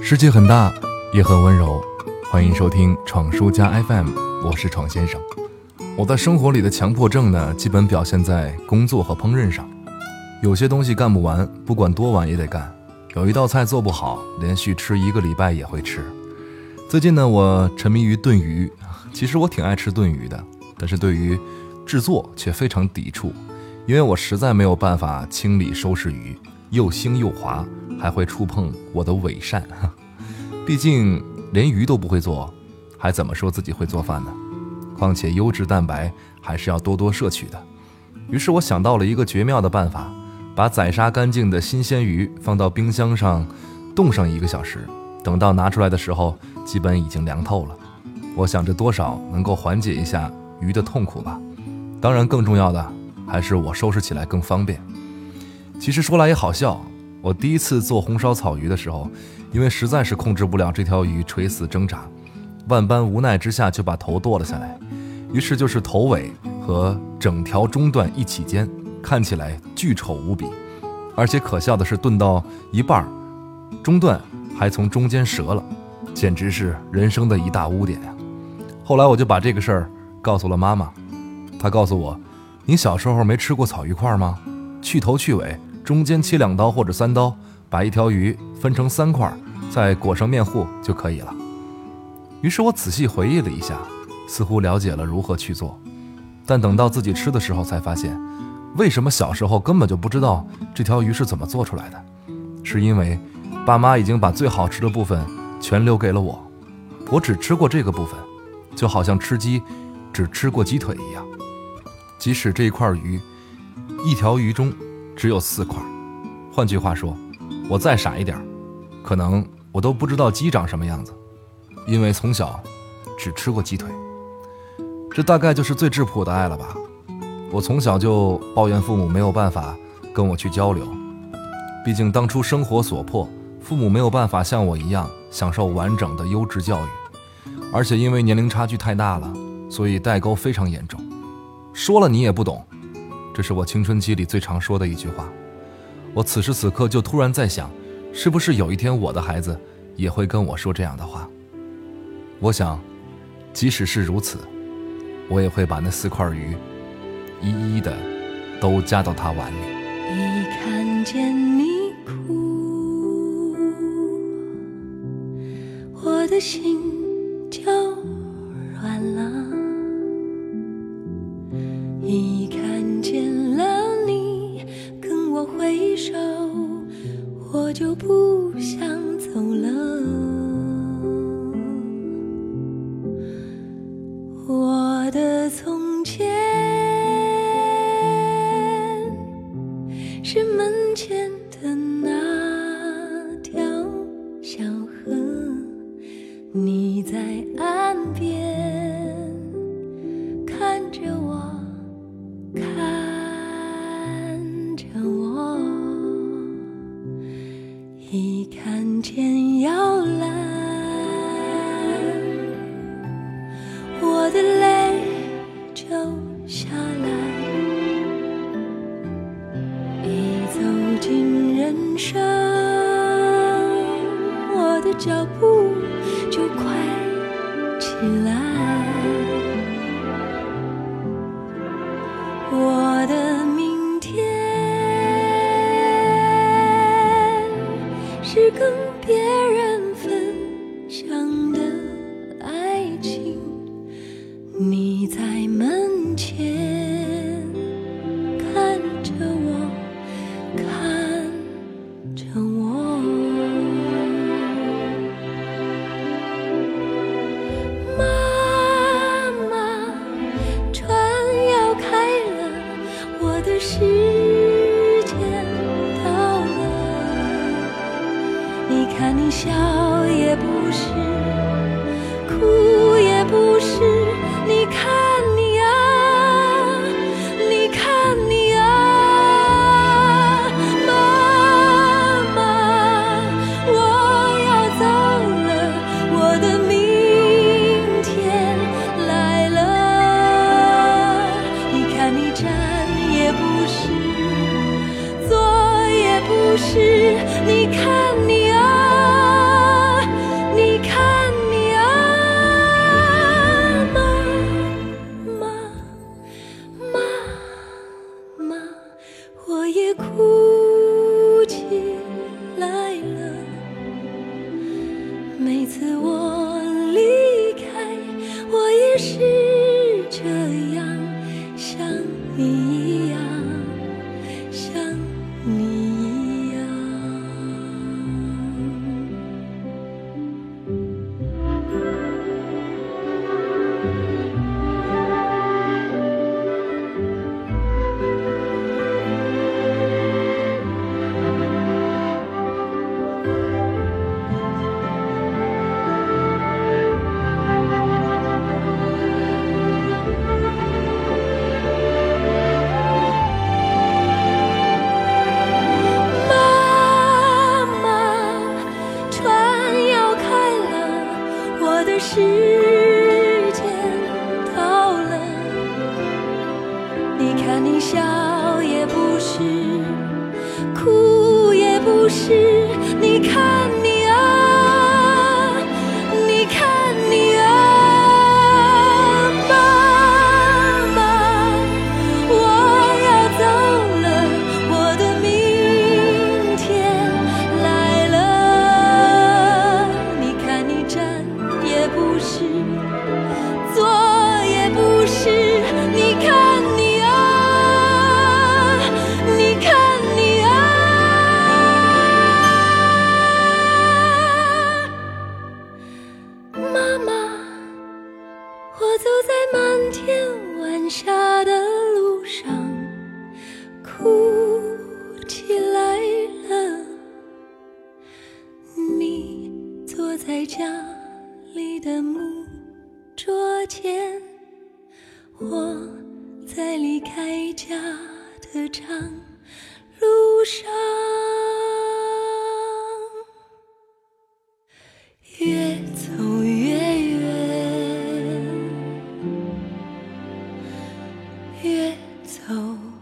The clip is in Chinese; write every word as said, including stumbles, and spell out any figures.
世界很大，也很温柔。欢迎收听闯书家 F M， 我是闯先生。我在生活里的强迫症呢，基本表现在工作和烹饪上。有些东西干不完，不管多晚也得干。有一道菜做不好，连续吃一个礼拜也会吃。最近呢，我沉迷于炖鱼。其实我挺爱吃炖鱼的，但是对于制作却非常抵触，因为我实在没有办法清理收拾鱼，又腥又滑，还会触碰我的伪善。毕竟连鱼都不会做，还怎么说自己会做饭呢？况且优质蛋白还是要多多摄取的。于是我想到了一个绝妙的办法，把宰杀干净的新鲜鱼放到冰箱上冻上一个小时，等到拿出来的时候基本已经凉透了。我想着多少能够缓解一下鱼的痛苦吧。当然更重要的还是我收拾起来更方便。其实说来也好笑，我第一次做红烧草鱼的时候，因为实在是控制不了这条鱼垂死挣扎，万般无奈之下就把头剁了下来。于是就是头尾和整条中段一起煎，看起来巨丑无比。而且可笑的是，炖到一半中段还从中间折了，简直是人生的一大污点呀。后来我就把这个事儿告诉了妈妈，她告诉我，你小时候没吃过草鱼块吗？去头去尾，中间切两刀或者三刀，把一条鱼分成三块，再裹上面糊就可以了。于是我仔细回忆了一下，似乎了解了如何去做。但等到自己吃的时候才发现，为什么小时候根本就不知道这条鱼是怎么做出来的。是因为爸妈已经把最好吃的部分全留给了我，我只吃过这个部分，就好像吃鸡只吃过鸡腿一样。即使这一块鱼，一条鱼中只有四块，换句话说，我再傻一点，可能我都不知道鸡长什么样子，因为从小只吃过鸡腿。这大概就是最质朴的爱了吧。我从小就抱怨父母没有办法跟我去交流，毕竟当初生活所迫，父母没有办法像我一样享受完整的优质教育，而且因为年龄差距太大了，所以代沟非常严重。说了你也不懂，这是我青春期里最常说的一句话。我此时此刻就突然在想，是不是有一天我的孩子也会跟我说这样的话。我想即使是如此，我也会把那四块鱼一一的都加到他碗里。 一看见你哭，我的心就软了。一看见了你跟我挥手，我就不想走了。我的从前是门前的那条小河，你在岸边看着我，看着我，一看见摇篮，我的泪就下来。一走进人生，我的脚步就快起来。我的明天是跟别人分享的爱情，你在门前看着我，看着我。妈妈，船要开了，我的时间到了。你看你笑也不是，哭也不是，你看你啊，你看你啊。妈妈，我要走了，我的明天来了。你看你站也不是，坐也不是，你看你啊， 次我离开，我也是这样想你一样，像你一样。时间到了，你看你笑也不是，哭也不是，你看你啊，你看你啊，妈妈，我要走了，我的明天来了，你看你站也不是，做也不是，你看你啊，你看你啊，妈妈，我走在漫天晚霞的路上，哭起来了，你坐在家里的木桌前，我在离开家的长路上，越走越远，越走